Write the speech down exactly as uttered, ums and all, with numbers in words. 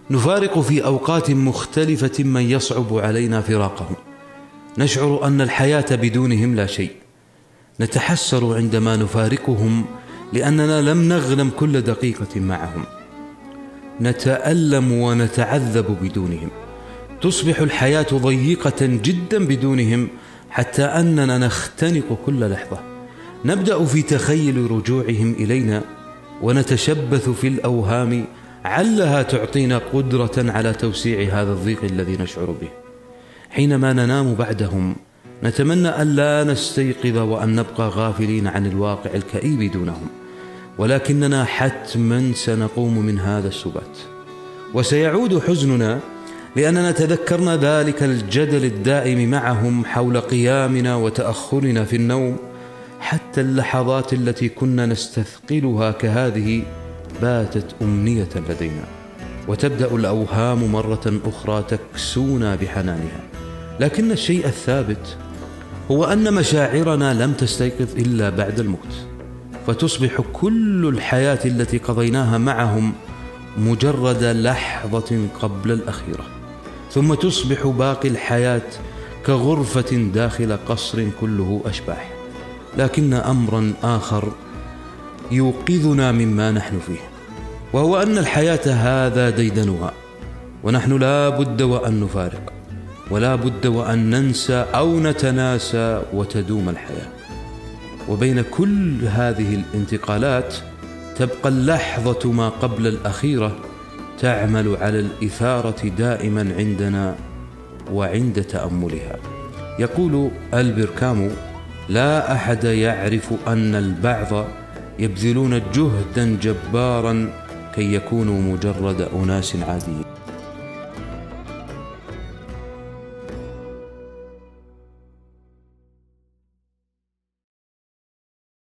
نفارق في أوقات مختلفة من يصعب علينا فراقهم، نشعر أن الحياة بدونهم لا شيء، نتحسر عندما نفارقهم لأننا لم نغنم كل دقيقة معهم، نتألم ونتعذب بدونهم، تصبح الحياة ضيقة جدا بدونهم حتى أننا نختنق كل لحظة، نبدأ في تخيل رجوعهم إلينا ونتشبث في الأوهام علها تعطينا قدرة على توسيع هذا الضيق الذي نشعر به. حينما ننام بعدهم نتمنى أن لا نستيقظ وأن نبقى غافلين عن الواقع الكئيب دونهم، ولكننا حتما سنقوم من هذا السبات، وسيعود حزننا لأننا تذكرنا ذلك الجدل الدائم معهم حول قيامنا وتأخرنا في النوم، حتى اللحظات التي كنا نستثقلها كهذه باتت أمنية لدينا، وتبدأ الأوهام مرة أخرى تكسونا بحنانها. لكن الشيء الثابت هو أن مشاعرنا لم تستيقظ إلا بعد الموت، فتصبح كل الحياة التي قضيناها معهم مجرد لحظة قبل الأخيرة، ثم تصبح باقي الحياة كغرفة داخل قصر كله أشباح. لكن أمرا آخر يوقظنا مما نحن فيه، وهو أن الحياة هذا ديدنها، ونحن لا بد وأن نفارق، ولا بد وأن ننسى أو نتناسى وتدوم الحياة. وبين كل هذه الانتقالات تبقى اللحظة ما قبل الأخيرة تعمل على الإثارة دائما عندنا وعند تأملها. يقول ألبير كامو: لا أحد يعرف أن البعض يبذلون جهدا جبارا كي يكونوا مجرد أناس عاديين.